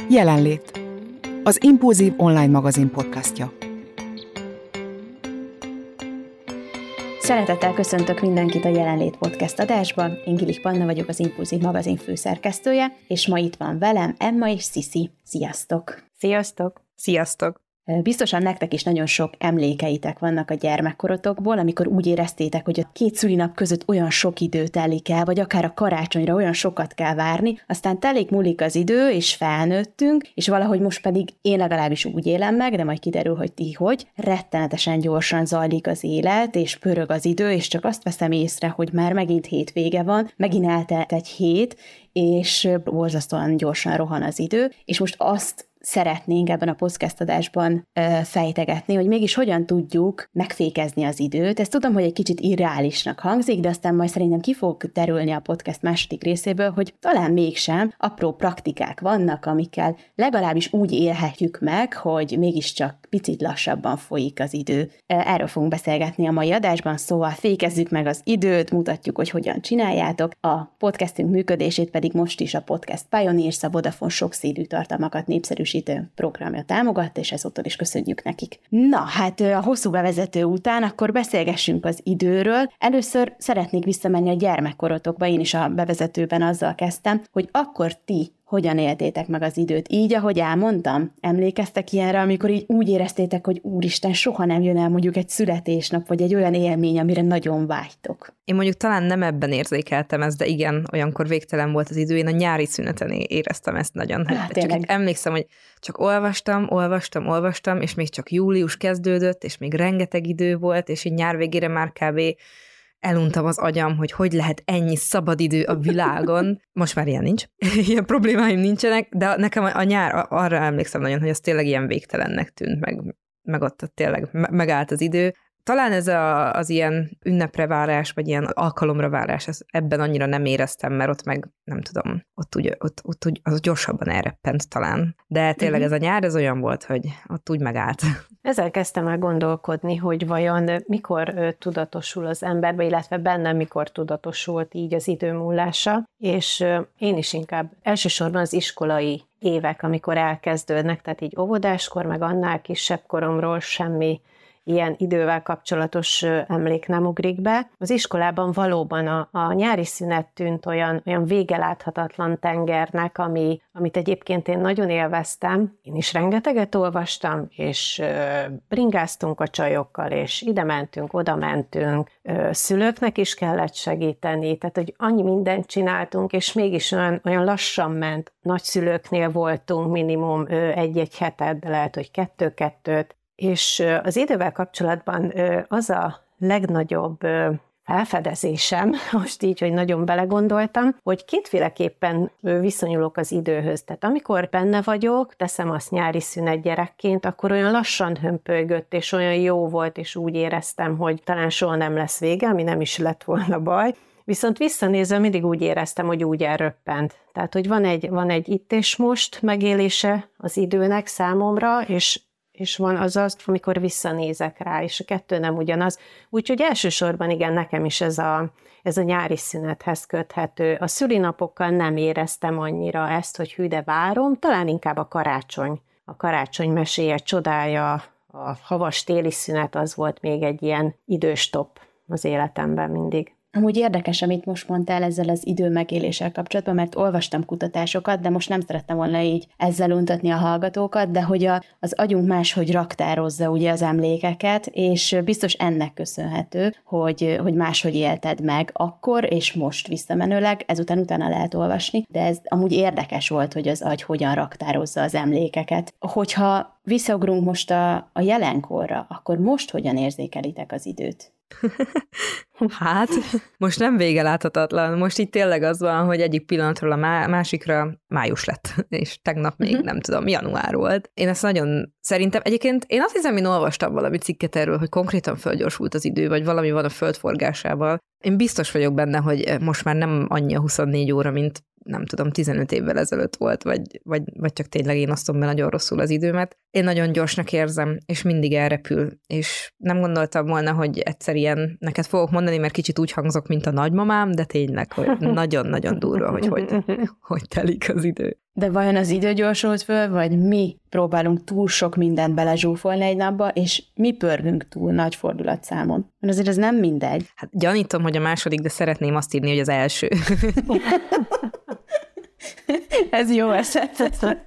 Jelenlét. Az Impulzív online magazin podcastja. Szeretettel köszöntök mindenkit a Jelenlét podcast adásban. Én Gilik Panna vagyok, az Impulzív magazin főszerkesztője, és ma itt van velem Emma és Sziszi. Sziasztok! Sziasztok! Sziasztok! Biztosan nektek is nagyon sok emlékeitek vannak a gyermekkorotokból, amikor úgy éreztétek, hogy a két szülinap között olyan sok idő telik el, vagy akár a karácsonyra olyan sokat kell várni, aztán múlik az idő, és felnőttünk, és valahogy most pedig én legalábbis úgy élem meg, de majd kiderül, hogy ti hogy, rettenetesen gyorsan zajlik az élet, és pörög az idő, és csak azt veszem észre, hogy már megint hétvége van, megint eltelt egy hét, és borzasztóan gyorsan rohan az idő, és most azt szeretnénk ebben a podcast adásban fejtegetni, hogy mégis hogyan tudjuk megfékezni az időt. Ezt tudom, hogy egy kicsit irreálisnak hangzik, de aztán majd szerintem ki fog derülni a podcast második részéből, hogy talán mégsem apró praktikák vannak, amikkel legalábbis úgy élhetjük meg, hogy mégiscsak picit lassabban folyik az idő. Erről fogunk beszélgetni a mai adásban, szóval fékezzük meg az időt, mutatjuk, hogy hogyan csináljátok. A podcastünk működését pedig most is a Podcast Pioneers, a Vodafone sokszínű tartalmakat népszerűsítő programja támogatta, és ezúttal is köszönjük nekik. Na, hát a hosszú bevezető után akkor beszélgessünk az időről. Először szeretnék visszamenni a gyermekkorotokba, én is a bevezetőben azzal kezdtem, hogy akkor ti hogyan éltétek meg az időt? Így, ahogy elmondtam? Emlékeztek ilyenre, amikor így úgy éreztétek, hogy úristen, soha nem jön el mondjuk egy születésnap, vagy egy olyan élmény, amire nagyon vágytok? Én mondjuk talán nem ebben érzékeltem ezt, de igen, olyankor végtelen volt az idő, én a nyári szüneten éreztem ezt nagyon. Csak emlékszem, hogy csak olvastam, és még csak július kezdődött, és még rengeteg idő volt, és így nyár végére már kb. Eluntam az agyam, hogy lehet ennyi szabadidő a világon. Most már ilyen nincs. Ilyen problémáim nincsenek, de nekem a nyár, arra emlékszem nagyon, hogy az tényleg ilyen végtelennek tűnt, meg ott tényleg megállt az idő. Talán ez az ilyen ünnepre várás, vagy ilyen alkalomra várás, ebben annyira nem éreztem, mert ott meg, nem tudom, ott úgy, az gyorsabban elreppent talán. De tényleg ez a nyár, ez olyan volt, hogy ott úgy megállt. Ezzel kezdtem el gondolkodni, hogy vajon mikor tudatosul az emberbe, illetve bennem mikor tudatosult így az idő múlása, és én is inkább elsősorban az iskolai évek, amikor elkezdődnek, tehát így óvodáskor, meg annál kisebb koromról semmi ilyen idővel kapcsolatos emlék nem ugrik be. Az iskolában valóban a nyári szünet tűnt olyan vége láthatatlan tengernek, amit egyébként én nagyon élveztem. Én is rengeteget olvastam, és bringáztunk a csajokkal, és ide mentünk, oda mentünk. Szülőknek is kellett segíteni, tehát hogy annyi mindent csináltunk, és mégis olyan lassan ment. Nagyszülőknél voltunk minimum egy-egy hetet, de lehet, hogy kettőt. És az idővel kapcsolatban az a legnagyobb felfedezésem, most így, hogy nagyon belegondoltam, hogy kétféleképpen viszonyulok az időhöz. Tehát amikor benne vagyok, teszem azt nyári szünet gyerekként, akkor olyan lassan hömpölygött, és olyan jó volt, és úgy éreztem, hogy talán soha nem lesz vége, ami nem is lett volna baj. Viszont visszanézve mindig úgy éreztem, hogy úgy elröppent. Tehát, hogy van egy itt és most megélése az időnek számomra, és van az, amikor visszanézek rá, és a kettő nem ugyanaz. Úgyhogy elsősorban igen, nekem is ez a nyári szünethez köthető. A szülinapokkal nem éreztem annyira ezt, hogy hű, de várom, talán inkább a karácsony. A karácsony meséje, csodája, a havas téli szünet, az volt még egy ilyen időstopp az életemben mindig. Amúgy érdekes, amit most mondtál ezzel az idő megéléssel kapcsolatban, mert olvastam kutatásokat, de most nem szerettem volna így ezzel untatni a hallgatókat, de hogy az agyunk máshogy raktározza ugye az emlékeket, és biztos ennek köszönhető, hogy máshogy élted meg akkor, és most visszamenőleg, ezután utána lehet olvasni, de ez amúgy érdekes volt, hogy az agy hogyan raktározza az emlékeket. Hogyha visszaugrunk most a jelenkorra, akkor most hogyan érzékelitek az időt? Hát, most nem vége láthatatlan. Most itt tényleg az van, hogy egyik pillanatról a másikra május lett, és tegnap még nem tudom, január volt. Én ezt nagyon szerintem, egyébként én azt hiszem, én olvastam valami cikket erről, hogy konkrétan fölgyorsult az idő, vagy valami van a föld forgásával. Én biztos vagyok benne, hogy most már nem annyi a 24 óra, mint nem tudom, 15 évvel ezelőtt volt, vagy csak tényleg én osztom be nagyon rosszul az időmet. Én nagyon gyorsnak érzem, és mindig elrepül, és nem gondoltam volna, hogy egyszer ilyen neked fogok mondani, mert kicsit úgy hangzok, mint a nagymamám, de tényleg, hogy nagyon-nagyon durva, hogy telik az idő. De vajon az idő gyorsult föl, vagy mi próbálunk túl sok mindent belezsúfolni egy napba, és mi pörgünk túl nagy fordulatszámon? Mert azért ez nem mindegy. Hát gyanítom, hogy a második, de szeretném azt írni, hogy az első. Ez jó eset.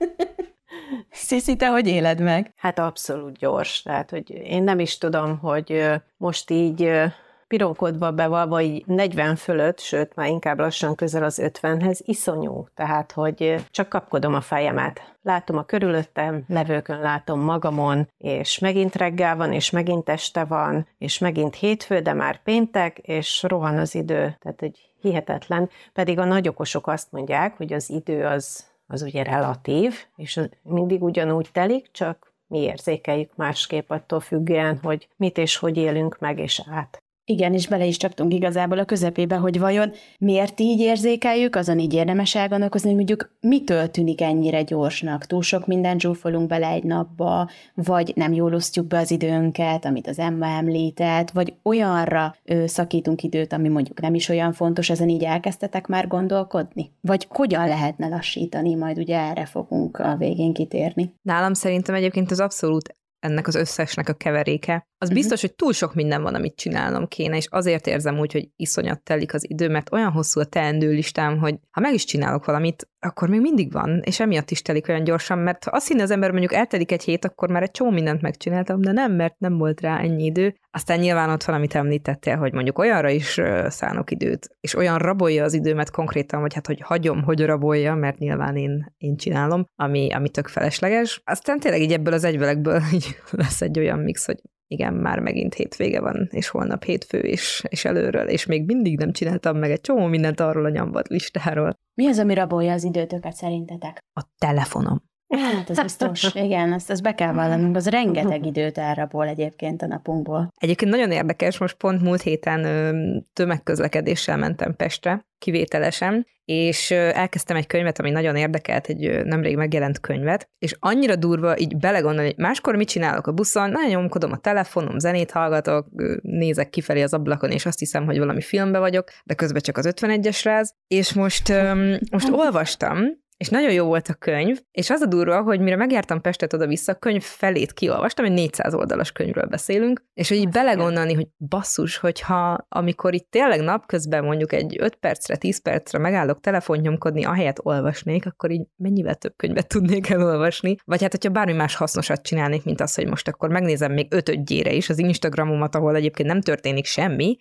Sziszi, te hogy éled meg? Hát abszolút gyors. Tehát, hogy én nem is tudom, hogy most így pironkodva bevalva így 40 fölött, sőt, már inkább lassan közel az 50-hez, iszonyú. Tehát, hogy csak kapkodom a fejemet. Látom a körülöttem, levőkön látom magamon, és megint reggel van, és megint este van, és megint hétfő, de már péntek, és rohan az idő. Tehát, hogy hihetetlen. Pedig a nagyokosok azt mondják, hogy az idő az ugye relatív, és mindig ugyanúgy telik, csak mi érzékeljük másképp attól függően, hogy mit és hogy élünk meg és át. Igen, és bele is csaptunk igazából a közepébe, hogy vajon miért így érzékeljük, azon így érdemes elgondolkozni, hogy mondjuk mitől tűnik ennyire gyorsnak. Túl sok mindent zsúfolunk bele egy napba, vagy nem jól osztjuk be az időnket, amit az Emma említett, vagy olyanra szakítunk időt, ami mondjuk nem is olyan fontos, ezen így elkezdtetek már gondolkodni? Vagy hogyan lehetne lassítani, majd ugye erre fogunk a végén kitérni. Nálam szerintem egyébként az abszolút ennek az összesnek a keveréke. Az biztos, hogy túl sok minden van, amit csinálnom kéne, és azért érzem úgy, hogy iszonyat telik az idő, mert olyan hosszú a teendő listám, hogy ha meg is csinálok valamit, akkor még mindig van, és emiatt is telik olyan gyorsan, mert ha azt hinne az ember, mondjuk eltelik egy hét, akkor már egy csomó mindent megcsináltam, de nem, mert nem volt rá ennyi idő. Aztán nyilván ott van, amit említettél, hogy mondjuk olyanra is szánok időt, és olyan rabolja az időmet konkrétan, vagy hát, hogy hagyom, hogy rabolja, mert nyilván én csinálom, ami tök felesleges. Aztán tényleg így ebből az egyvelekből így lesz egy olyan mix, hogy igen, már megint hétvége van, és holnap hétfő és előről, és még mindig nem csináltam meg egy csomó mindent arról a nyomvat listáról. Mi az, ami rabolja az időtöket szerintetek? A telefonom. Hát, ez biztos. Igen, ezt be kell vallanunk. Az rengeteg időt elrabol egyébként a napunkból. Egyébként nagyon érdekes, most pont múlt héten tömegközlekedéssel mentem Pestre, kivételesen, és elkezdtem egy könyvet, ami nagyon érdekelt, egy nemrég megjelent könyvet, és annyira durva így belegondolni, hogy máskor mit csinálok a buszon, nagyon nyomkodom a telefonom, zenét hallgatok, nézek kifelé az ablakon, és azt hiszem, hogy valami filmbe vagyok, de közben csak az 51-es ráz, és most olvastam, és nagyon jó volt a könyv, és az a durva, hogy mire megjártam Pestet oda-vissza, a könyv felét kiolvastam, egy 400 oldalas könyvről beszélünk, és hogy így belegondolni, hogy basszus, hogyha amikor itt tényleg napközben mondjuk egy 5 percre, 10 percre megállok telefont nyomkodni, ahelyett olvasnék, akkor így mennyivel több könyvet tudnék elolvasni, vagy hát, hogyha bármi más hasznosat csinálnék, mint az, hogy most akkor megnézem még 5-ödjére is az Instagramomat, ahol egyébként nem történik semmi.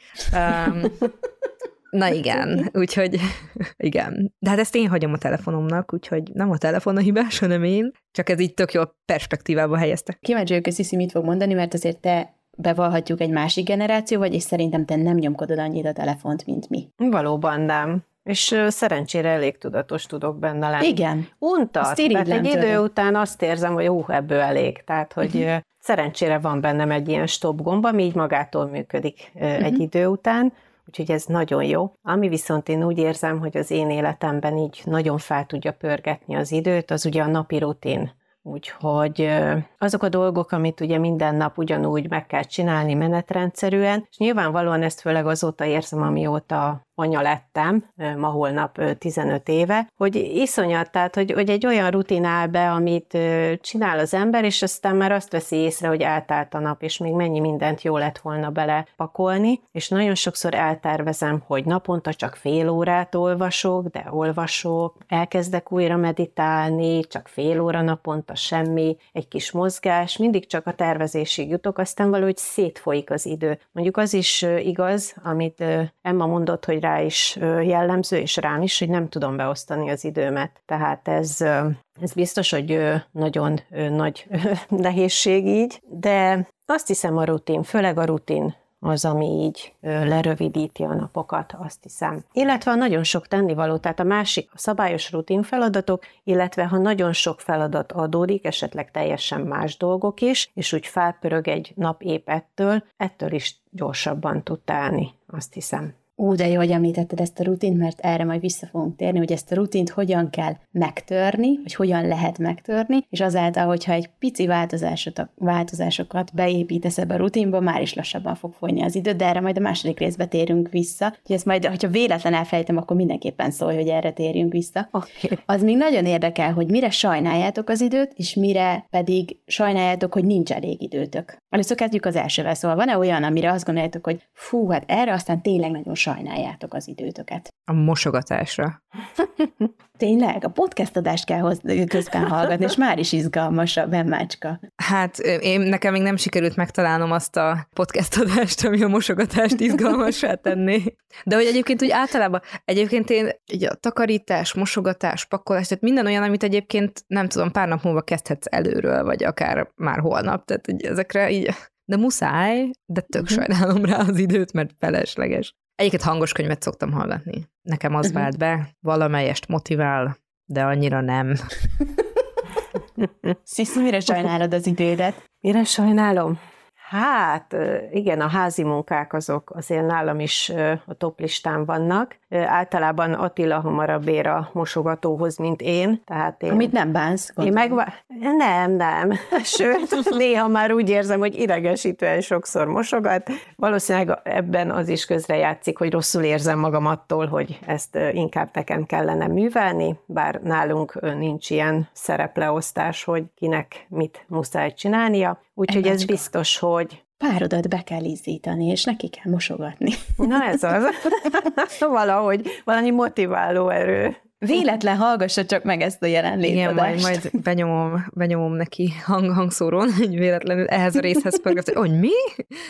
Na igen, úgyhogy igen. De hát ezt én hagyom a telefonomnak, úgyhogy nem a telefon a hibás, hanem én. Csak ez így tök jó perspektívába helyezte. Kíváncsi vagyok, hogy Sziszi mit fog mondani, mert azért te bevallhatjuk egy másik generáció vagy, és szerintem te nem nyomkodod annyit a telefont, mint mi. Valóban nem. És szerencsére elég tudatos tudok benne lenni. Igen. Untat. Tehát egy idő után azt érzem, hogy ebből elég. Tehát, hogy szerencsére van bennem egy ilyen stop gomb, ami így magától működik egy idő után. Úgyhogy ez nagyon jó. Ami viszont én úgy érzem, hogy az én életemben így nagyon fel tudja pörgetni az időt, az ugye a napi rutin. Úgyhogy azok a dolgok, amit ugye minden nap ugyanúgy meg kell csinálni menetrendszerűen, és nyilvánvalóan ezt főleg azóta érzem, amióta anya lettem, ma holnap 15 éve, hogy iszonyat, tehát hogy egy olyan rutin áll be, amit csinál az ember, és aztán már azt veszi észre, hogy eltelt a nap, és még mennyi mindent jó lett volna belepakolni, és nagyon sokszor eltervezem, hogy naponta csak fél órát olvasok, de olvasok, elkezdek újra meditálni, csak fél óra naponta semmi, egy kis mozgás, mindig csak a tervezésig jutok, aztán valahogy szétfolyik az idő. Mondjuk az is igaz, amit Emma mondott, hogy rá is jellemző, és rám is, hogy nem tudom beosztani az időmet. Tehát ez biztos, hogy nagyon nagy nehézség így, de azt hiszem a rutin, főleg a rutin az, ami így lerövidíti a napokat, azt hiszem. Illetve nagyon sok tennivaló, tehát a másik a szabályos rutin feladatok, illetve ha nagyon sok feladat adódik, esetleg teljesen más dolgok is, és úgy felpörög egy nap épp ettől is gyorsabban tud telni, azt hiszem. De jó, hogy említetted ezt a rutint, mert erre majd vissza fogunk térni, hogy ezt a rutint hogyan kell megtörni, vagy hogyan lehet megtörni, és azáltal, hogyha egy pici változásokat beépítesz ebbe a rutinba, már is lassabban fog fogyni az idő, de erre majd a második részbe térünk vissza. Úgyhogy ezt majd, hogyha véletlen elfelejtem, akkor mindenképpen szólj, hogy erre térjünk vissza. Okay. Az még nagyon érdekel, hogy mire sajnáljátok az időt, és mire pedig sajnáljátok, hogy nincs elég időtök. Először kezdjük az elsővel, szóval van-e olyan, amire azt gondoljátok, hogy fú, hát erre aztán tényleg nagyon sajnáljátok az időtöket? A mosogatásra. Tényleg? A podcast adást kell közben hallgatni, és már is izgalmas a Benmácska. Hát nekem még nem sikerült megtalálnom azt a podcast adást, ami a mosogatást izgalmassá tenné. De hogy egyébként úgy általában, egyébként én így a takarítás, mosogatás, pakolás, tehát minden olyan, amit egyébként nem tudom, pár nap múlva kezdhetsz előről, vagy akár már holnap, tehát ezekre így, de muszáj, de tök sajnálom rá az időt, mert felesleges. Egyébként hangos könyvet szoktam hallgatni. Nekem az vált be, valamelyest motivál, de annyira nem. Sziszi, mire sajnálod az idődet? Mire sajnálom? Hát igen, a házi munkák azok azért nálam is a top listán vannak. Általában Attila hamarabb ér a mosogatóhoz, mint én. Tehát amit nem bánsz? Nem. Sőt, néha már úgy érzem, hogy idegesítően sokszor mosogat. Valószínűleg ebben az is közrejátszik, hogy rosszul érzem magam attól, hogy ezt inkább nekem kellene művelni, bár nálunk nincs ilyen szerepleosztás, hogy kinek mit muszáj csinálnia. Úgyhogy ez biztos, hogy párodat be kell izzítani, és neki kell mosogatni. Na ez az. Valahogy valami motiváló erő. Véletlen hallgassa csak meg ezt a jelenlétadást. Igen, majd benyomom neki hangszórón, hogy véletlenül ehhez a részhez pörgött, hogy mi?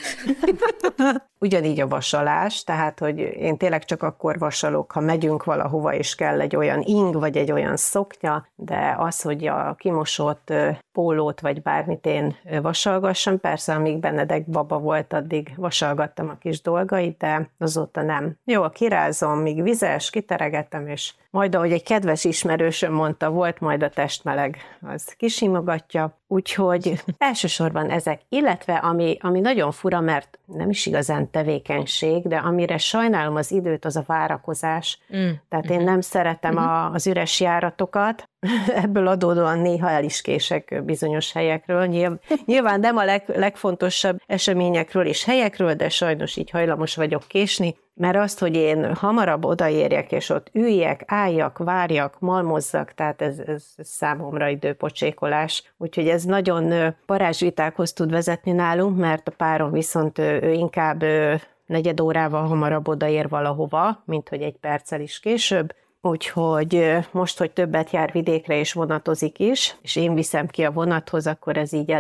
Ugyanígy a vasalás, tehát, hogy én tényleg csak akkor vasalok, ha megyünk valahova, és kell egy olyan ing, vagy egy olyan szoknya, de az, hogy a kimosott pólót, vagy bármit én vasalgassam, persze, amíg Benedek baba volt, addig vasalgattam a kis dolgait, de azóta nem. Jól kirázom, míg vizes, kiteregetem, és majd, ahogy egy kedves ismerősöm mondta, volt majd a testmeleg, az kisimogatja, úgyhogy elsősorban ezek, illetve ami nagyon fura, mert nem is igazán tevékenység, de amire sajnálom az időt, az a várakozás. Tehát én nem szeretem az üres járatokat, ebből adódóan néha el is kések bizonyos helyekről. Nyilván nem a legfontosabb eseményekről és helyekről, de sajnos így hajlamos vagyok késni, mert azt, hogy én hamarabb odaérjek, és ott üljek, álljak, várjak, malmozzak, tehát ez számomra időpocsékolás. Úgyhogy ez nagyon parázsvitákhoz tud vezetni nálunk, mert a párom viszont ő inkább negyed órával hamarabb odaér valahova, mint hogy egy perccel is később. Úgyhogy most, hogy többet jár vidékre és vonatozik is, és én viszem ki a vonathoz, akkor ez így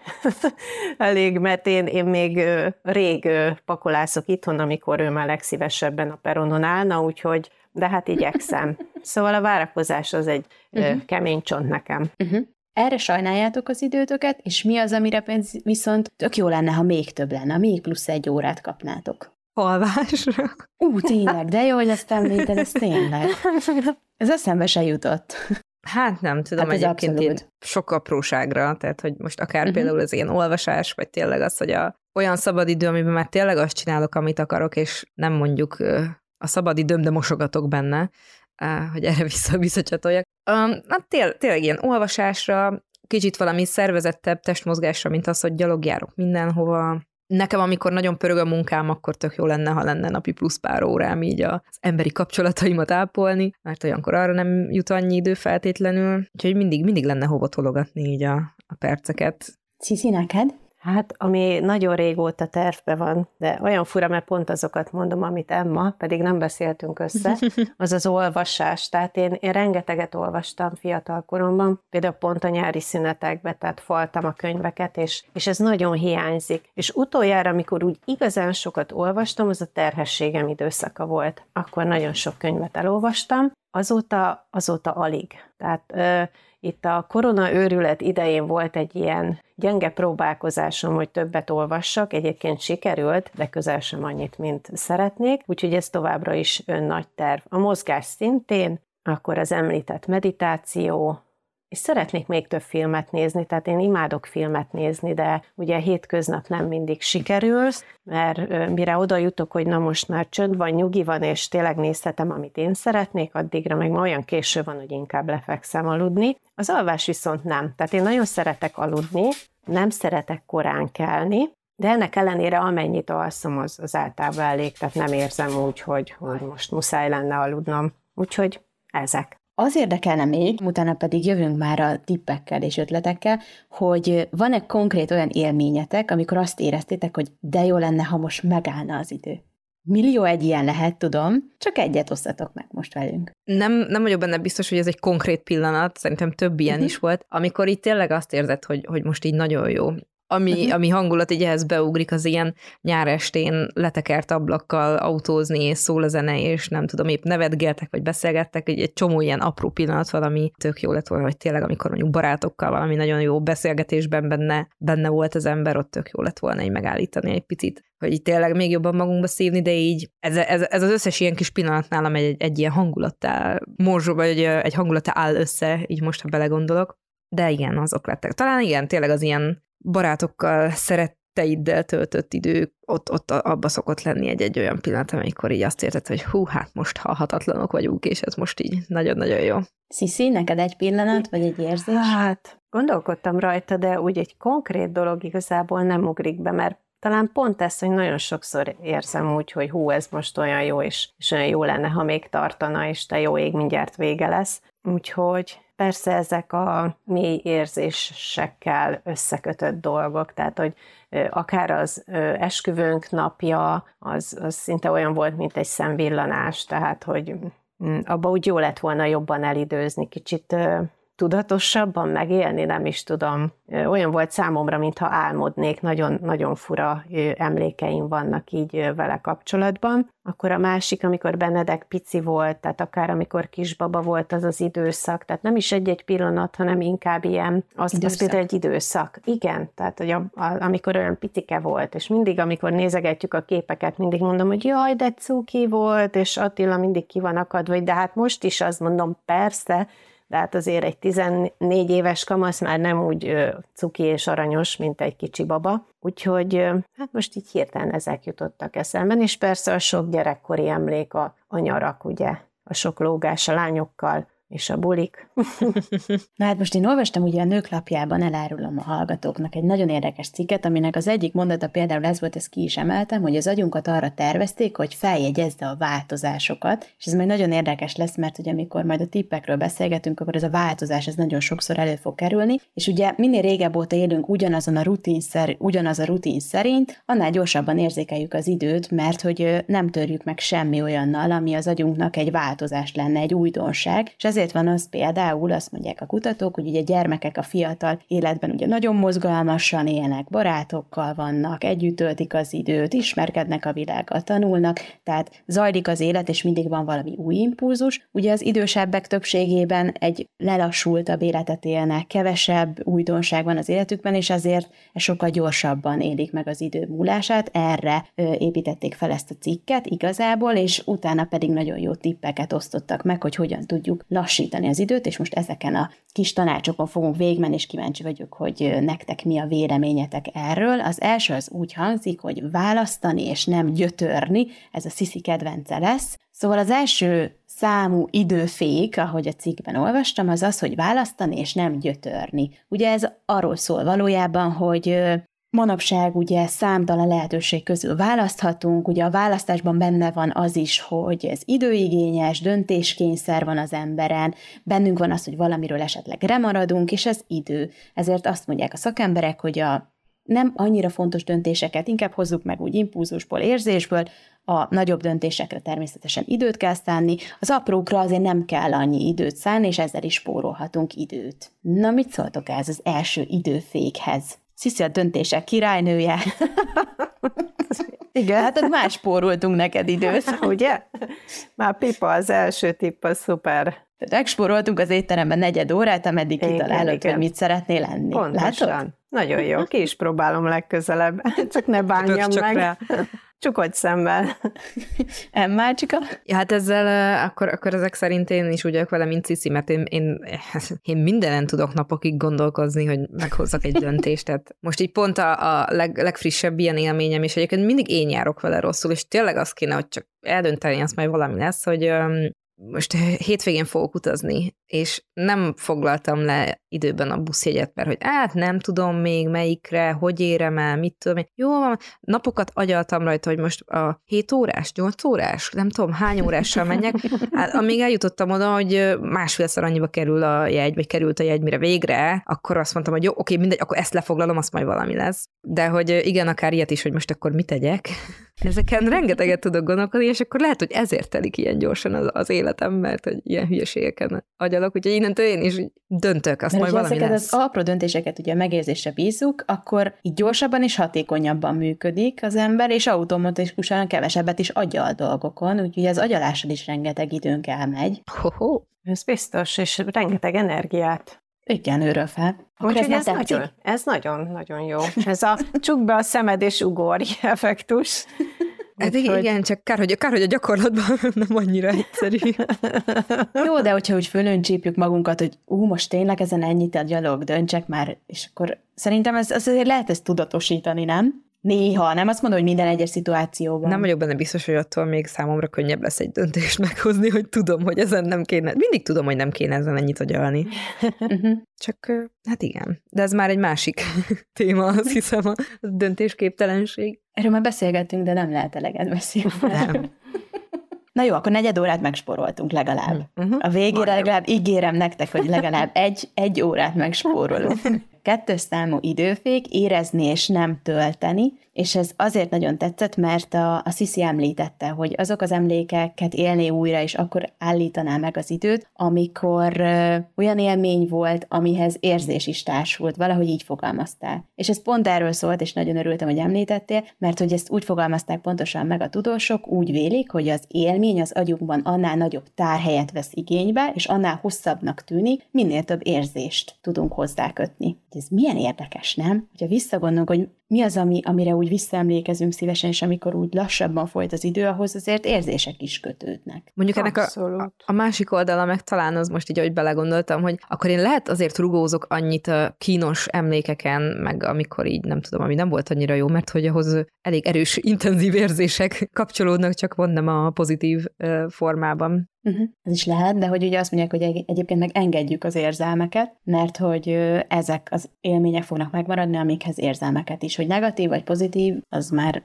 elég, mert én még rég pakolászok itthon, amikor ő már legszívesebben a peronon állna, úgyhogy, de hát igyekszem. Szóval a várakozás az egy kemény csont nekem. Erre sajnáljátok az időtöket, és mi az, amire viszont tök jó lenne, ha még több lenne, még plusz 1 órát kapnátok? Alvásra. Tényleg, de jó, hogy ezt említed, ez tényleg. Ez eszembe se jutott. Hát nem tudom, hát egyébként én sok apróságra, tehát hogy most akár például az ilyen olvasás, vagy tényleg az, hogy olyan szabadidő, amiben már tényleg azt csinálok, amit akarok, és nem mondjuk a szabadidőm, de mosogatok benne, hogy erre visszacsatoljak. Hát tényleg ilyen olvasásra, kicsit valami szervezettebb testmozgásra, mint az, hogy gyalogjárok mindenhova. Nekem, amikor nagyon pörög a munkám, akkor tök jó lenne, ha lenne napi plusz pár órám így az emberi kapcsolataimat ápolni, mert olyankor arra nem jut annyi idő feltétlenül, úgyhogy mindig lenne hova tologatni így a perceket. Cici, neked? Hát, ami nagyon régóta tervben van, de olyan fura, mert pont azokat mondom, amit Emma, pedig nem beszéltünk össze, az az olvasás. Tehát én rengeteget olvastam fiatal koromban, például pont a nyári szünetekben, tehát faltam a könyveket, és ez nagyon hiányzik. És utoljára, amikor úgy igazán sokat olvastam, az a terhességem időszaka volt. Akkor nagyon sok könyvet elolvastam, azóta alig. Tehát itt a korona őrület idején volt egy ilyen gyenge próbálkozásom, hogy többet olvassak, egyébként sikerült, de közel sem annyit, mint szeretnék, úgyhogy ez továbbra is nagy terv. A mozgás szintén, akkor az említett meditáció, És szeretnék még több filmet nézni, tehát én imádok filmet nézni, de ugye hétköznap nem mindig sikerül, mert mire oda jutok, hogy na most már csönd van, nyugi van, és tényleg nézhetem, amit én szeretnék, addigra meg ma olyan késő van, hogy inkább lefekszem aludni. Az alvás viszont nem. Tehát én nagyon szeretek aludni, nem szeretek korán kelni, de ennek ellenére amennyit alszom, az általában elég, tehát nem érzem úgy, hogy most muszáj lenne aludnom. Úgyhogy ezek. Az érdekelne még, utána pedig jövünk már a tippekkel és ötletekkel, hogy van-e konkrét olyan élményetek, amikor azt éreztétek, hogy de jó lenne, ha most megállna az idő. Millió egy ilyen lehet, tudom, csak egyet osztatok meg most velünk. Nem vagyok benne biztos, hogy ez egy konkrét pillanat, szerintem több ilyen is volt, amikor így tényleg azt érzed, hogy most így nagyon jó. Ami hangulat így ehhez beugrik, az ilyen nyárestén letekert ablakkal autózni, és szól a zene, és nem tudom, épp nevetgéltek, vagy beszélgettek, egy csomó ilyen apró pillanat valami tök jó lett volna, hogy tényleg, amikor mondjuk barátokkal valami nagyon jó beszélgetésben benne volt az ember, ott tök jó lett volna így megállítani egy picit, hogy így tényleg még jobban magunkba szívni, de így ez az összes ilyen kis pillanat nálam egy ilyen hangulattá morzsó, vagy egy hangulattá áll össze, így most, ha belegondolok. De igen, azok lettek. Talán igen, tényleg az ilyen barátokkal, szeretteiddel töltött idő, ott abba szokott lenni egy olyan pillanat, amikor így azt érted, hogy hát most halhatatlanok vagyunk, és ez most így nagyon-nagyon jó. Sziszi, neked egy pillanat, vagy egy érzés? Hát, gondolkodtam rajta, de úgy egy konkrét dolog igazából nem ugrik be, mert talán pont ez, hogy nagyon sokszor érzem úgy, hogy ez most olyan jó, és olyan jó lenne, ha még tartana, és te jó ég, mindjárt vége lesz. Úgyhogy persze ezek a mély érzésekkel összekötött dolgok, tehát hogy akár az esküvőnk napja, az szinte olyan volt, mint egy szemvillanás, tehát hogy abba úgy jó lett volna jobban elidőzni, kicsit tudatosabban megélni, nem is tudom. Olyan volt számomra, mintha álmodnék, nagyon-nagyon fura emlékeim vannak így vele kapcsolatban. Akkor a másik, amikor Benedek pici volt, tehát akár amikor kisbaba volt az időszak, tehát nem is egy pillanat, hanem inkább ilyen, az például egy időszak. Igen, tehát hogy amikor olyan picike volt, és mindig, amikor nézegetjük a képeket, mindig mondom, hogy jaj, de cuki volt, és Attila mindig ki van akadva, de hát most is azt mondom, persze, de hát azért egy 14 éves kamasz már nem úgy cuki és aranyos, mint egy kicsi baba. Úgyhogy hát most így hirtelen ezek jutottak eszemben, és persze a sok gyerekkori emlék, a nyarak, ugye, a sok lógás a lányokkal, és a bulik. Na hát most én olvastam ugye a Nők lapjában, elárulom a hallgatóknak egy nagyon érdekes cikket, aminek az egyik mondata például ez volt, ezt ki is emeltem, hogy az agyunkat arra tervezték, hogy feljegyezze a változásokat, és ez majd nagyon érdekes lesz, mert ugye amikor majd a tippekről beszélgetünk, akkor ez a változás, ez nagyon sokszor elő fog kerülni, és ugye minél régebb óta élünk ugyanaz a rutin szerint, annál gyorsabban érzékeljük az időt, mert hogy nem törjük meg semmi olyannal, ami az agyunknak egy változás lenne, egy újdonság, és ezért van az például, azt mondják a kutatók, hogy ugye a gyermekek a fiatal életben ugye nagyon mozgalmasan élnek, barátokkal vannak, együtt töltik az időt, ismerkednek a világgal, tanulnak, tehát zajlik az élet, és mindig van valami új impulzus. Ugye az idősebbek többségében egy lelassultabb életet élnek, kevesebb újdonság van az életükben, és azért sokkal gyorsabban élik meg az idő múlását. Erre építették fel ezt a cikket igazából, és utána pedig nagyon jó tippeket osztottak meg, hogy hogyan tudjuk lassítani az időt, és most ezeken a kis tanácsokon fogunk végigmenni, és kíváncsi vagyok, hogy nektek mi a véleményetek erről. Az első az úgy hangzik, hogy választani és nem gyötörni, ez a Sziszi kedvence lesz. Szóval az első számú időfék, ahogy a cikkben olvastam, az az, hogy választani és nem gyötörni. Ugye ez arról szól valójában, hogy manapság ugye számtalan lehetőség közül választhatunk, ugye a választásban benne van az is, hogy ez időigényes, döntéskényszer van az emberen, bennünk van az, hogy valamiről esetleg remaradunk, és ez idő. Ezért azt mondják a szakemberek, hogy a nem annyira fontos döntéseket inkább hozzuk meg úgy impulzusból, érzésből, a nagyobb döntésekre természetesen időt kell szánni, az aprókra azért nem kell annyi időt szánni, és ezzel is spórolhatunk időt. Na, mit szóltok ez az első időfékhez? Sziszi a döntések királynője. Igen, hát más spóroltunk neked időt, ugye? Már pipa, az első tipp, az szuper. Tehát megspóroltunk az étteremben 4 órát, ameddig kitalálod, hogy mit szeretnél lenni. Pontosan. Látod? Nagyon jó, ki is próbálom legközelebb. Csak ne bánjam meg. Rá. Csukott szemmel. Emmácsika? Ja, hát ezzel akkor ezek szerint én is úgy vagyok vele, mint Cici, mert én mindenen tudok napokig gondolkozni, hogy meghozzak egy döntést. Tehát most így pont a legfrissebb ilyen élményem, és egyébként mindig én járok vele rosszul, és tényleg azt kéne, hogy csak eldönteni, azt majd valami lesz, hogy most hétvégén fogok utazni, és nem foglaltam le időben a buszjegyet, mert hogy nem tudom még melyikre, hogy érem el, mit tudom én. Jó van, napokat agyaltam rajta, hogy most a 7 órás, 8 órás, nem tudom hány órással menjek. Hát, amíg eljutottam oda, hogy másfélszer annyiba kerül a jegy, vagy került a jegy, mire végre, akkor azt mondtam, hogy jó, oké, mindegy, akkor ezt lefoglalom, azt majd valami lesz. De hogy igen, akár ilyet is, hogy most akkor mit tegyek. Ezeken rengeteget tudok gondolkodni, és akkor lehet, hogy ezért telik ilyen gyorsan az életem, mert hogy ilyen hülyeségeken agyalok, úgyhogy innentől én is döntök, azt majd valami lesz. Az apró döntéseket ugye megérzésre bízzuk, akkor így gyorsabban és hatékonyabban működik az ember, és automatikusan kevesebbet is agyal dolgokon, úgyhogy az agyalással is rengeteg időnk elmegy. Ez biztos, és rengeteg energiát. Igen, őről fel. Úgyhogy ez nagyon-nagyon jó. Ez a csukd be a szemed és ugorj effektus. Hát igen, csak kár, hogy a gyakorlatban nem annyira egyszerű. Jó, de hogyha úgy fölöncsípjük magunkat, hogy most tényleg ezen ennyit a gyalog, döntsek már, és akkor szerintem azért lehet ezt tudatosítani, nem? Néha, nem azt mondom, hogy minden egyes szituációban. Nem vagyok benne biztos, hogy attól még számomra könnyebb lesz egy döntést meghozni, hogy tudom, hogy ezen nem kéne. Mindig tudom, hogy nem kéne ezen ennyit agyalni. Csak, hát igen. De ez már egy másik téma, azt hiszem, a döntésképtelenség. Erről már beszélgettünk, de nem lehet eleget beszélni. Nem. Na jó, akkor 4 órát megspóroltunk legalább. A végére legalább ígérem nektek, hogy legalább egy órát megspórolunk. 2. számú időfék, érezni és nem tölteni, és ez azért nagyon tetszett, mert a Cici említette, hogy azok az emlékeket élné újra, és akkor állítaná meg az időt, amikor olyan élmény volt, amihez érzés is társult, valahogy így fogalmaztál. És ez pont erről szólt, és nagyon örültem, hogy említettél, mert hogy ezt úgy fogalmazták pontosan meg a tudósok, úgy vélik, hogy az élmény az agyunkban annál nagyobb tárhelyet vesz igénybe, és annál hosszabbnak tűnik, minél több érzést tudunk hozzákötni. Ez milyen érdekes, nem? Hogyha visszagondolunk, hogy mi az, amire úgy visszaemlékezünk szívesen, és amikor úgy lassabban folyt az idő, ahhoz azért érzések is kötődnek. Mondjuk ennek a másik oldala meg talán az most így, ahogy belegondoltam, hogy akkor én lehet azért rugózok annyit a kínos emlékeken, meg amikor így nem tudom, ami nem volt annyira jó, mert hogy ahhoz elég erős, intenzív érzések kapcsolódnak, csak van nem a pozitív formában. Ez is lehet, de hogy ugye azt mondják, hogy egyébként meg engedjük az érzelmeket, mert hogy ezek az élmények fognak megmaradni, amikhez érzelmeket is, hogy negatív vagy pozitív, az már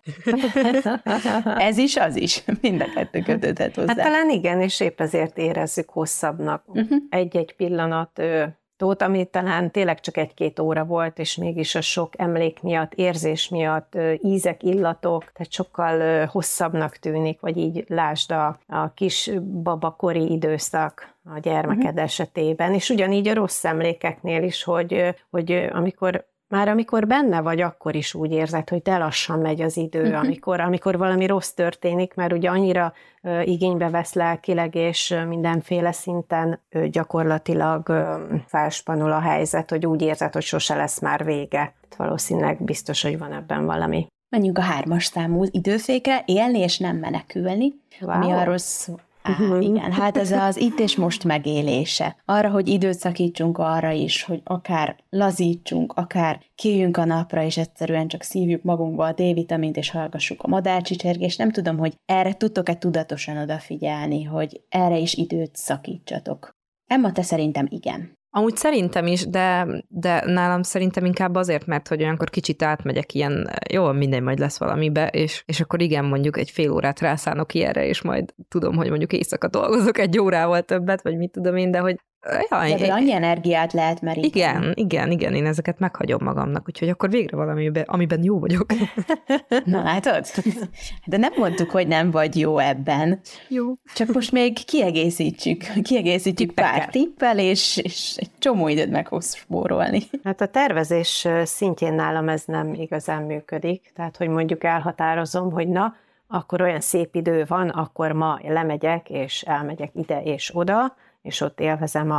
ez is, az is, mind a kettő kötődhet hozzá. Hát talán igen, és épp ezért érezzük hosszabbnak. Egy-egy pillanat ami talán tényleg csak 1-2 óra volt, és mégis a sok emlék miatt, érzés miatt, ízek, illatok, tehát sokkal hosszabbnak tűnik, vagy így lásd a kis babakori időszak a gyermeked esetében, és ugyanígy a rossz emlékeknél is, hogy amikor benne vagy, akkor is úgy érzed, hogy de lassan megy az idő, amikor valami rossz történik, mert ugye annyira igénybe vesz lelkileg, és mindenféle szinten gyakorlatilag felspanul a helyzet, hogy úgy érzed, hogy sose lesz már vége. Valószínűleg biztos, hogy van ebben valami. Menjünk a 3. számú időfékre, élni és nem menekülni, ami arról igen, hát ez az itt és most megélése. Arra, hogy időt szakítsunk arra is, hogy akár lazítsunk, akár kijöjjünk a napra, és egyszerűen csak szívjuk magunkba a D-vitamint, és hallgassuk a madárcsicsergést. Nem tudom, hogy erre tudtok-e tudatosan odafigyelni, hogy erre is időt szakítsatok. Emma, te szerintem igen. Amúgy szerintem is, de nálam szerintem inkább azért, mert hogy olyankor kicsit átmegyek ilyen, jó, minden majd lesz valamibe, és akkor igen, mondjuk egy fél órát rászánok ilyenre, és majd tudom, hogy mondjuk éjszaka dolgozok 1 órával többet, vagy mit tudom én, de hogy de annyi energiát lehet meríteni. Igen, én ezeket meghagyom magamnak, úgyhogy akkor végre valamiben, amiben jó vagyok. Na látod? De nem mondtuk, hogy nem vagy jó ebben. Jó. Csak most még kiegészítjük pár tippel, és egy csomó időt meg fogsz spórolni. Hát a tervezés szintjén nálam ez nem igazán működik, tehát hogy mondjuk elhatározom, hogy akkor olyan szép idő van, akkor ma lemegyek, és elmegyek ide és oda, és ott élvezem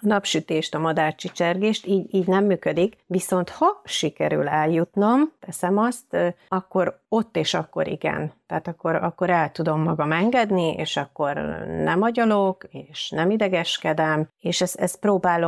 napsütést, a madárcsicsergést, így nem működik, viszont ha sikerül eljutnom, teszem azt, akkor ott és akkor igen. Tehát akkor el tudom magam engedni, és akkor nem agyalok, és nem idegeskedem, és ezt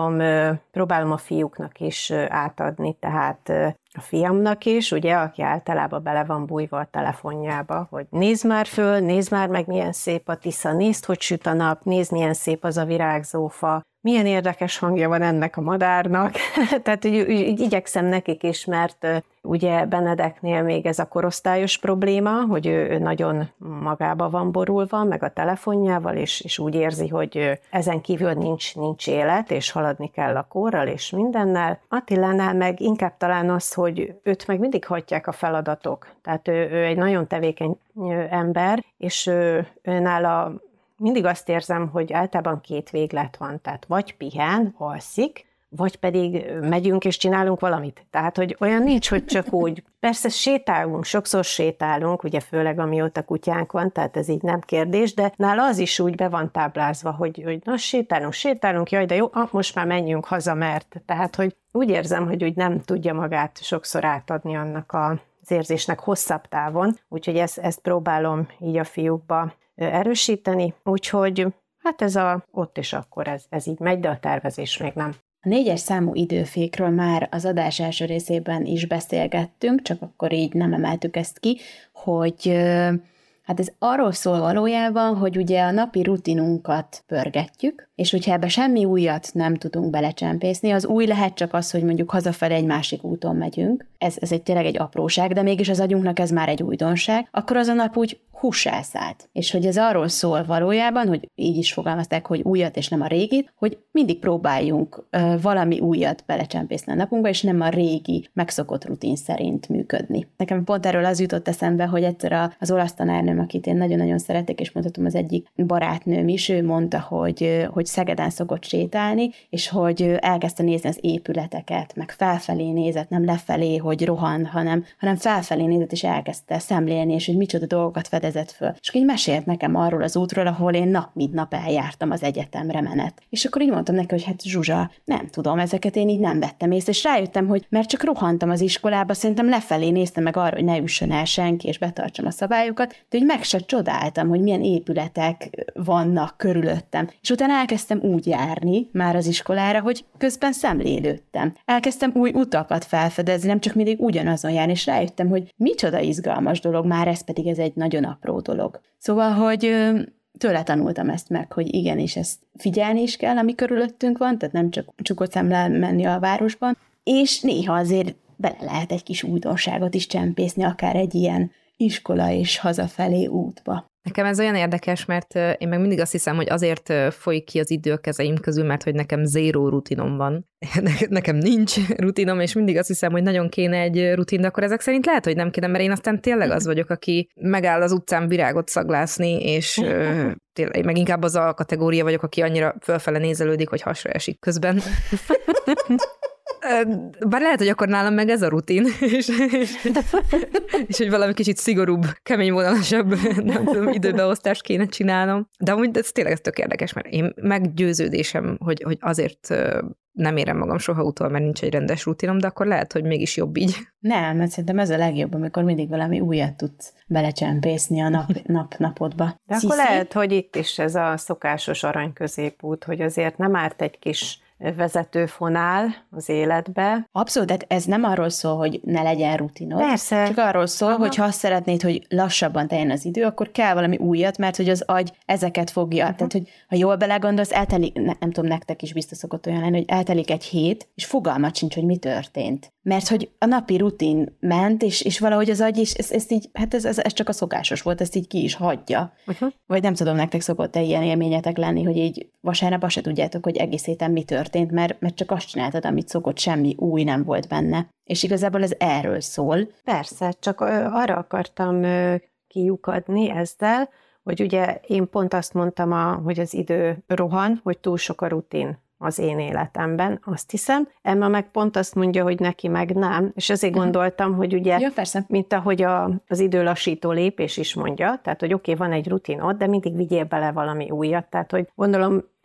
próbálom a fiúknak is átadni, tehát a fiamnak is, ugye, aki általában bele van bújva a telefonjába, hogy nézd már föl, nézd már meg, milyen szép a Tisza, nézd, hogy süt a nap, nézd, milyen szép az a virágzófa, milyen érdekes hangja van ennek a madárnak. Tehát úgy igyekszem nekik is, mert ugye Benedeknél még ez a korosztályos probléma, hogy ő nagyon magába van borulva, meg a telefonjával, és úgy érzi, hogy ezen kívül nincs élet, és haladni kell a korral, és mindennel. Attilánál meg inkább talán az, hogy őt meg mindig hagyják a feladatok. Tehát ő egy nagyon tevékeny ember, és őnála mindig azt érzem, hogy általában 2 véglet van, tehát vagy pihen, alszik, vagy pedig megyünk és csinálunk valamit. Tehát, hogy olyan nincs, hogy csak úgy. Persze sétálunk, sokszor sétálunk, ugye főleg amióta kutyánk van, tehát ez így nem kérdés, de nála az is úgy be van táblázva, hogy na sétálunk, jaj, de jó, most már menjünk haza, mert. Tehát, hogy úgy érzem, hogy úgy nem tudja magát sokszor átadni annak az érzésnek hosszabb távon, úgyhogy ezt próbálom így a fiúkba erősíteni, úgyhogy hát ez ott és akkor ez így megy, de a tervezés még nem. A 4-es számú időfékről már az adás első részében is beszélgettünk, csak akkor így nem emeltük ezt ki, hogy hát ez arról szól valójában, hogy ugye a napi rutinunkat pörgetjük, és hogyha ebbe semmi újat nem tudunk belecsempészni, az új lehet csak az, hogy mondjuk hazafelé egy másik úton megyünk, ez tényleg egy apróság, de mégis az agyunknak ez már egy újdonság, akkor az a nap úgy hússá szállt. És hogy ez arról szól valójában, hogy így is fogalmazták, hogy újat és nem a régit, hogy mindig próbáljunk valami újat belecsempészni a napunkba, és nem a régi, megszokott rutin szerint működni. Nekem pont erről az jutott eszembe, hogy egyszer az olasz tanárnőm, akit én nagyon-nagyon szeretek, és mondhatom az egyik barátnőm is, ő mondta, hogy Szegeden szokott sétálni, és hogy elkezdte nézni az épületeket, meg felfelé nézett, nem lefelé, hogy rohan, hanem felfelé nézett, és elkezdte szemlélni, és hogy micsoda dolgokat fedezett föl. És így mesélt nekem arról az útról, ahol én nap mint nap eljártam az egyetemre menet. És akkor így mondtam neki, hogy hát Zsuzsa, nem tudom, ezeket én így nem vettem észre, és rájöttem, hogy mert csak rohantam az iskolába, szerintem lefelé néztem meg arra, hogy ne üssön el senki, és betartsam a szabályokat, de hogy meg se csodáltam, hogy milyen épületek vannak körülöttem. És utána elkezdtem úgy járni már az iskolára, hogy közben szemlélődtem. Elkezdtem új utakat felfedezni, nem csak mindig ugyanazon járni, és rájöttem, hogy micsoda izgalmas dolog, már ez pedig ez egy nagyon apró dolog. Szóval, hogy tőle tanultam ezt meg, hogy igenis ezt figyelni is kell, ami körülöttünk van, tehát nem csak csukott szemmel menni a városban, és néha azért bele lehet egy kis újdonságot is csempészni, akár egy ilyen iskola és hazafelé útba. Nekem ez olyan érdekes, mert én meg mindig azt hiszem, hogy azért folyik ki az idő a kezeim közül, mert hogy nekem zéró rutinom van. Nekem nincs rutinom, és mindig azt hiszem, hogy nagyon kéne egy rutin, de akkor ezek szerint lehet, hogy nem kéne, mert én aztán tényleg az vagyok, aki megáll az utcán virágot szaglászni, és tényleg meg inkább az a kategória vagyok, aki annyira fölfele nézelődik, hogy hasra esik közben. Bár lehet, hogy akkor nálam meg ez a rutin, és hogy valami kicsit szigorúbb, keményvonalasabb, nem tudom, időbeosztást kéne csinálnom. De amúgy ez tényleg tök érdekes, mert én meggyőződésem, hogy azért nem érem magam soha utol, mert nincs egy rendes rutinom, de akkor lehet, hogy mégis jobb így. Nem, mert szerintem ez a legjobb, amikor mindig valami újat tudsz belecsempészni a napodba. De akkor lehet, hogy itt is ez a szokásos aranyközépút, hogy azért nem árt egy kis vezetőfonál az életbe. Abszolút, de ez nem arról szól, hogy ne legyen rutinod. Persze. Csak arról szól, hogy ha azt szeretnéd, hogy lassabban teljen az idő, akkor kell valami újat, mert hogy az agy ezeket fogja. Tehát, hogy ha jól belegondolsz, eltelik, nem tudom, nektek is biztos szokott olyan lenni, hogy eltelik egy hét, és fogalmat sincs, hogy mi történt. Mert hogy a napi rutin ment, és valahogy az agy is, ezt így, hát ez csak a szokásos volt, ezt így ki is hagyja. Vagy nem tudom, nektek szokott-e ilyen élményetek lenni, hogy így vasárnap azt se tudjátok, hogy egész héten mi történt, mert csak azt csináltad, amit szokott, semmi új nem volt benne. És igazából ez erről szól. Persze, csak arra akartam kiukadni ezzel, hogy ugye én pont azt mondtam, hogy az idő rohan, hogy túl sok a rutin az én életemben, azt hiszem. Emma meg pont azt mondja, hogy neki meg nem, és azért gondoltam, hogy ugye, ja, persze. Mint ahogy az időlassító lépés is mondja, tehát, hogy oké, van egy rutinod, de mindig vigyél bele valami újat, tehát, hogy gondolom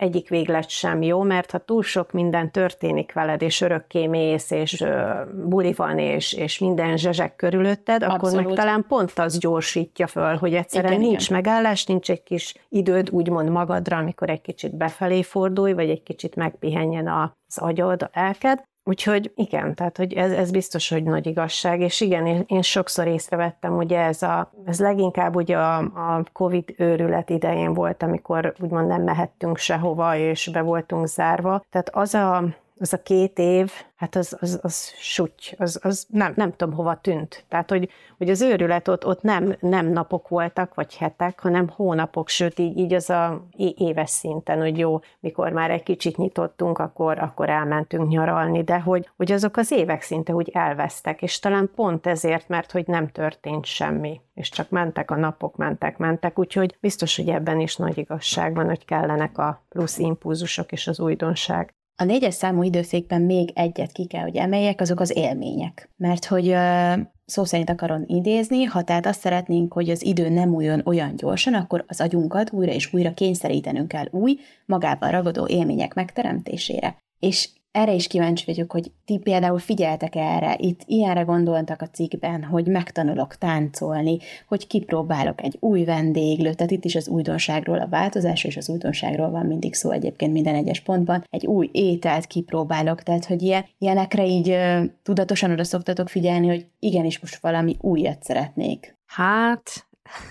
egyik véglet sem jó, mert ha túl sok minden történik veled, és örökké mész, és buli van, és minden zsezsek körülötted, akkor meg talán pont az gyorsítja föl, hogy egyszerűen nincs megállás, nincs egy kis időd úgymond magadra, amikor egy kicsit befelé fordulj, vagy egy kicsit megpihenjen az agyad, a lelked. Úgyhogy igen, tehát hogy ez biztos, hogy nagy igazság, és igen, én sokszor észrevettem, ugye ez leginkább ugye a Covid őrület idején volt, amikor úgymond nem mehettünk sehova, és be voltunk zárva. Tehát az a 2 év, hát az sutty, az nem tudom hova tűnt. Tehát, hogy az őrület ott nem napok voltak, vagy hetek, hanem hónapok, sőt így az a éves szinten, hogy jó, mikor már egy kicsit nyitottunk, akkor elmentünk nyaralni, de hogy azok az évek szinte úgy elvesztek, és talán pont ezért, mert hogy nem történt semmi, és csak mentek a napok, mentek, úgyhogy biztos, hogy ebben is nagy igazság van, hogy kellenek a plusz impulzusok és az újdonság. A 4-es számú időszékben még egyet ki kell, hogy emeljek, azok az élmények. Mert hogy szó szerint akarom idézni, ha tehát azt szeretnénk, hogy az idő nem újjon olyan gyorsan, akkor az agyunkat újra és újra kényszerítenünk kell új, magában ragadó élmények megteremtésére. És erre is kíváncsi vagyok, hogy ti például figyeltek erre, itt ilyenre gondoltak a cikkben, hogy megtanulok táncolni, hogy kipróbálok egy új vendéglőt, tehát itt is az újdonságról, a változásról és az újdonságról van mindig szó egyébként minden egyes pontban, egy új ételt kipróbálok, tehát hogy ilyenekre így tudatosan oda szoktatok figyelni, hogy igenis most valami újat szeretnék. Hát...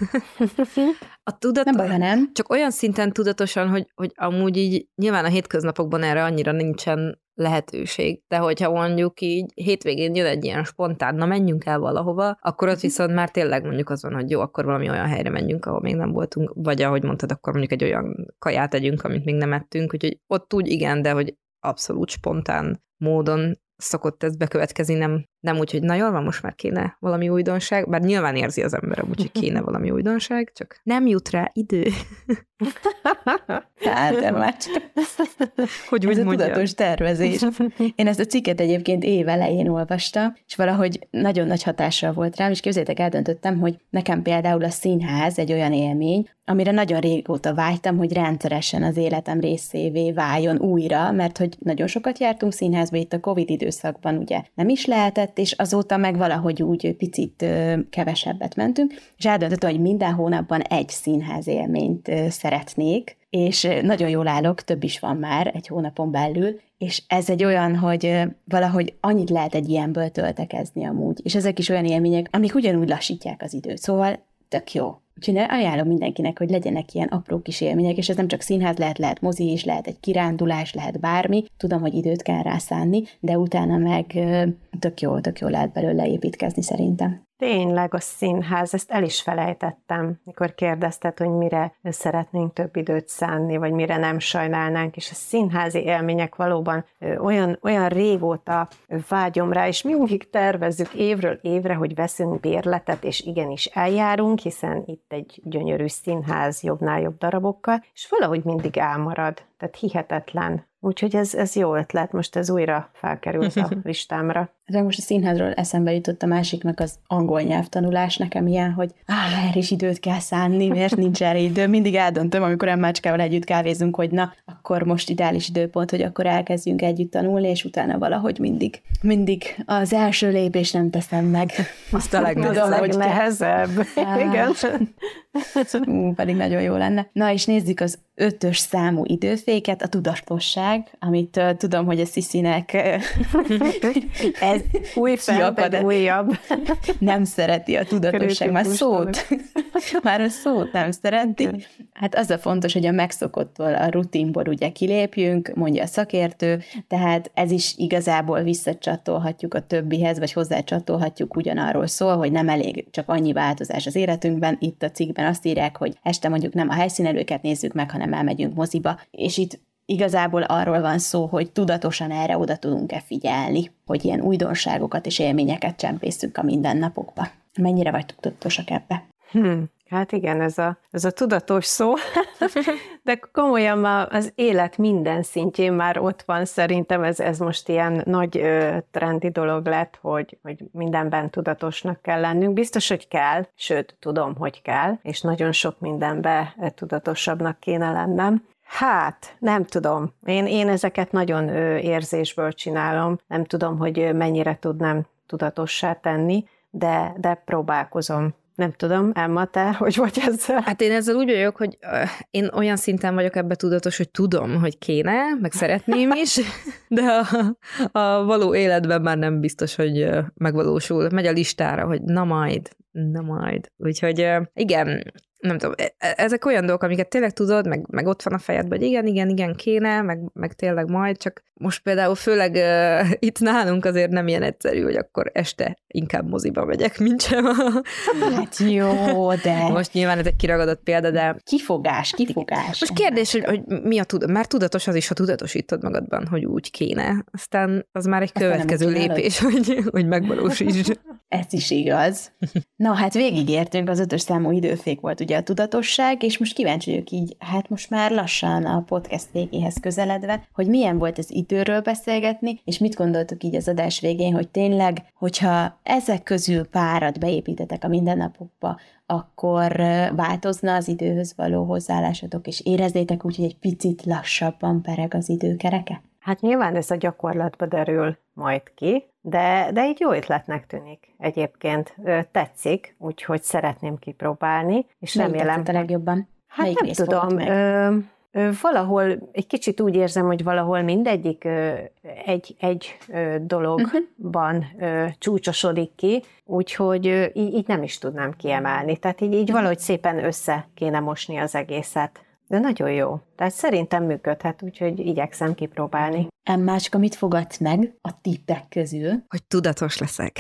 Nem baj, ha nem. Csak olyan szinten tudatosan, hogy amúgy így nyilván a hétköznapokban erre annyira nincsen lehetőség, de hogyha mondjuk így hétvégén jön egy ilyen spontán, na menjünk el valahova, akkor ott viszont már tényleg mondjuk az van, hogy jó, akkor valami olyan helyre menjünk, ahol még nem voltunk, vagy ahogy mondtad, akkor mondjuk egy olyan kaját tegyünk, amit még nem ettünk, úgyhogy ott úgy igen, de hogy abszolút spontán módon szokott ez bekövetkezni, nem úgy, hogy na jól van, most már kéne valami újdonság, bár nyilván érzi az ember amúgy, hogy kéne valami újdonság, csak nem jut rá idő. Hát, de már csak hogy ez úgy a mondjam. Tudatos tervezés. Én ezt a cikket egyébként év elején olvastam, és valahogy nagyon nagy hatással volt rám, és képzeljétek, eldöntöttem, hogy nekem például a színház egy olyan élmény, amire nagyon régóta vágytam, hogy rendszeresen az életem részévé váljon újra, mert hogy nagyon sokat jártunk színházba itt a Covid időszakban, ugye nem is lehetett, és azóta meg valahogy úgy picit kevesebbet mentünk, és eldöntöttem, hogy minden hónapban egy színház élményt szeretnék, és nagyon jól állok, több is van már egy hónapon belül, és ez egy olyan, hogy valahogy annyit lehet egy ilyenből töltekezni amúgy, és ezek is olyan élmények, amik ugyanúgy lassítják az időt, szóval tök jó. Úgyhogy ajánlom mindenkinek, hogy legyenek ilyen apró kis élmények, és ez nem csak színház, lehet mozi is, lehet egy kirándulás, lehet bármi. Tudom, hogy időt kell rászánni, de utána meg tök jó lehet belőle építkezni szerintem. Tényleg a színház, ezt el is felejtettem, mikor kérdezted, hogy mire szeretnénk több időt szánni, vagy mire nem sajnálnánk, és a színházi élmények valóban olyan régóta vágyom rá, és mindig tervezzük évről évre, hogy veszünk bérletet, és igenis eljárunk, hiszen itt egy gyönyörű színház jobbnál jobb darabokkal, és valahogy mindig elmarad, tehát hihetetlen. Úgyhogy ez jó ötlet, most ez újra felkerült a listámra. De most a színházról eszembe jutott a másiknak az angol nyelvtanulás, nekem ilyen, hogy erre is időt kell szánni, miért nincs erre idő. Mindig eldöntöm, amikor Emmácskával együtt kávézunk, hogy na, akkor most ideális időpont, hogy akkor elkezdjünk együtt tanulni, és utána valahogy mindig az első lépés nem teszem meg. Azt a legnehezebb. Igen. Pedig nagyon jó lenne. Na, és nézzük az 5-ös számú időféket, a tudatosság, amit tudom, hogy a Sziszinek ez új felped, újabb. Nem szereti a tudatosság, már a szót nem szereti. Hát az a fontos, hogy a megszokottól, a rutinból ugye kilépjünk, mondja a szakértő, tehát ez is igazából visszacsatolhatjuk a többihez, vagy hozzácsatolhatjuk, ugyanarról szól, hogy nem elég csak annyi változás az életünkben. Itt a cikkben azt írják, hogy este mondjuk nem a helyszínelőket nézzük meg, hanem elmegyünk moziba, és itt igazából arról van szó, hogy tudatosan erre oda tudunk-e figyelni, hogy ilyen újdonságokat és élményeket csempészünk a mindennapokba. Mennyire vagytok tudatosak ebbe? Hát igen, ez a tudatos szó, de komolyan már az élet minden szintjén már ott van, szerintem ez most ilyen nagy trendi dolog lett, hogy mindenben tudatosnak kell lennünk. Biztos, hogy kell, sőt, tudom, hogy kell, és nagyon sok mindenben tudatosabbnak kéne lennem. Hát, nem tudom. Én ezeket nagyon érzésből csinálom. Nem tudom, hogy mennyire tudnám tudatossá tenni, de próbálkozom. Nem tudom, Emma, te hogy vagy ezzel? Hát én ezzel úgy vagyok, hogy én olyan szinten vagyok ebbe tudatos, hogy tudom, hogy kéne, meg szeretném is, de a való életben már nem biztos, hogy megvalósul. Megy a listára, hogy na majd. Úgyhogy igen, nem tudom, ezek olyan dolgok, amiket tényleg tudod, meg ott van a fejedben, hogy igen, kéne, meg tényleg majd, csak most például főleg itt nálunk azért nem ilyen egyszerű, hogy akkor este inkább moziba megyek, mint sem. Hát jó, de... Most nyilván ez egy kiragadott példa, de... Kifogás. Most kérdés, hogy mi a már tudatos az is, ha tudatosítod magadban, hogy úgy kéne. Aztán az már egy következő lépés, hogy megvalósítsd. Ez is igaz. Na, hát végigértünk, az 5-ös számú időfék volt ugye a tudatosság, és most kíváncsi vagyok így, hát most már lassan a podcast végéhez közeledve, hogy milyen volt az időről beszélgetni, és mit gondoltuk így az adás végén, hogy tényleg, hogyha ezek közül párat beépítetek a mindennapokba, akkor változna az időhöz való hozzáállásotok, és érezzétek úgy, hogy egy picit lassabban pereg az időkereke? Hát nyilván ez a gyakorlatba derül majd ki, de így jó ötletnek tűnik egyébként. Tetszik, úgyhogy szeretném kipróbálni, és remélem... a legjobban? Hát nem tudom. Valahol egy kicsit úgy érzem, hogy valahol mindegyik egy dologban csúcsosodik ki, úgyhogy így nem is tudnám kiemelni. Tehát így valahogy szépen össze kéne mosni az egészet. De nagyon jó. Tehát szerintem működhet, úgyhogy igyekszem kipróbálni. Emmácska, mit fogadsz meg a tippek közül? Hogy tudatos leszek.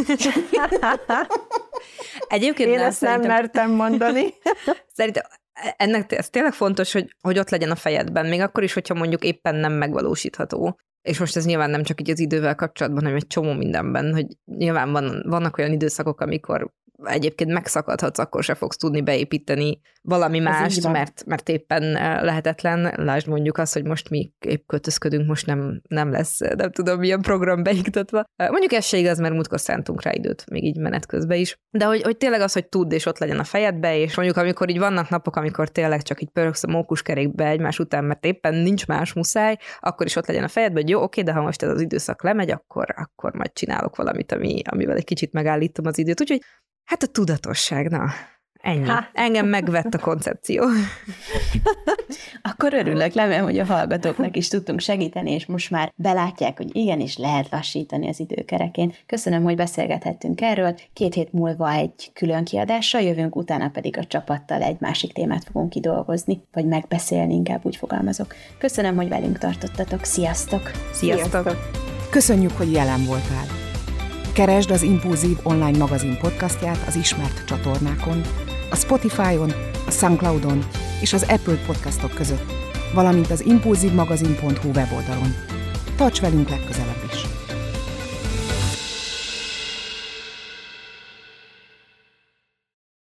Egyébként én ezt nem mertem mondani. Szerintem ez tényleg fontos, hogy ott legyen a fejedben, még akkor is, hogyha mondjuk éppen nem megvalósítható. És most ez nyilván nem csak így az idővel kapcsolatban, hanem egy csomó mindenben, hogy nyilván vannak olyan időszakok, amikor egyébként megszakadhatsz, akkor se fogsz tudni beépíteni valami mást, mert éppen lehetetlen. Lásd mondjuk azt, hogy most mi épp költözködünk, most nem lesz, nem tudom, milyen program beiktatva. Mondjuk ez se igaz, mert múltkor szántunk rá időt, még így menet közben is. De hogy tényleg az, hogy tudd, és ott legyen a fejedbe, és mondjuk amikor így vannak napok, amikor tényleg csak így pöröksz a mókuskerékbe egymás után, mert éppen nincs más muszáj, akkor is ott legyen a fejedbe, hogy jó, oké, de ha most ez az időszak lemegy, akkor majd csinálok valamit, amivel egy kicsit megállítom az időt. Úgyhogy hát a tudatosság, na, ennyi. Engem megvett a koncepció. Akkor örülök, remélem, hogy a hallgatóknak is tudtunk segíteni, és most már belátják, hogy igenis lehet lassítani az időkerekén. Köszönöm, hogy beszélgethettünk erről. 2 hét múlva egy külön kiadással jövünk, utána pedig a csapattal egy másik témát fogunk kidolgozni, vagy megbeszélni, inkább úgy fogalmazok. Köszönöm, hogy velünk tartottatok. Sziasztok! Sziasztok! Köszönjük, hogy jelen voltál. Keresd az Impulzív online magazin podcastját az ismert csatornákon, a Spotify-on, a SoundCloud-on és az Apple podcastok között, valamint az impulzívmagazin.hu weboldalon. Tarts velünk legközelebb!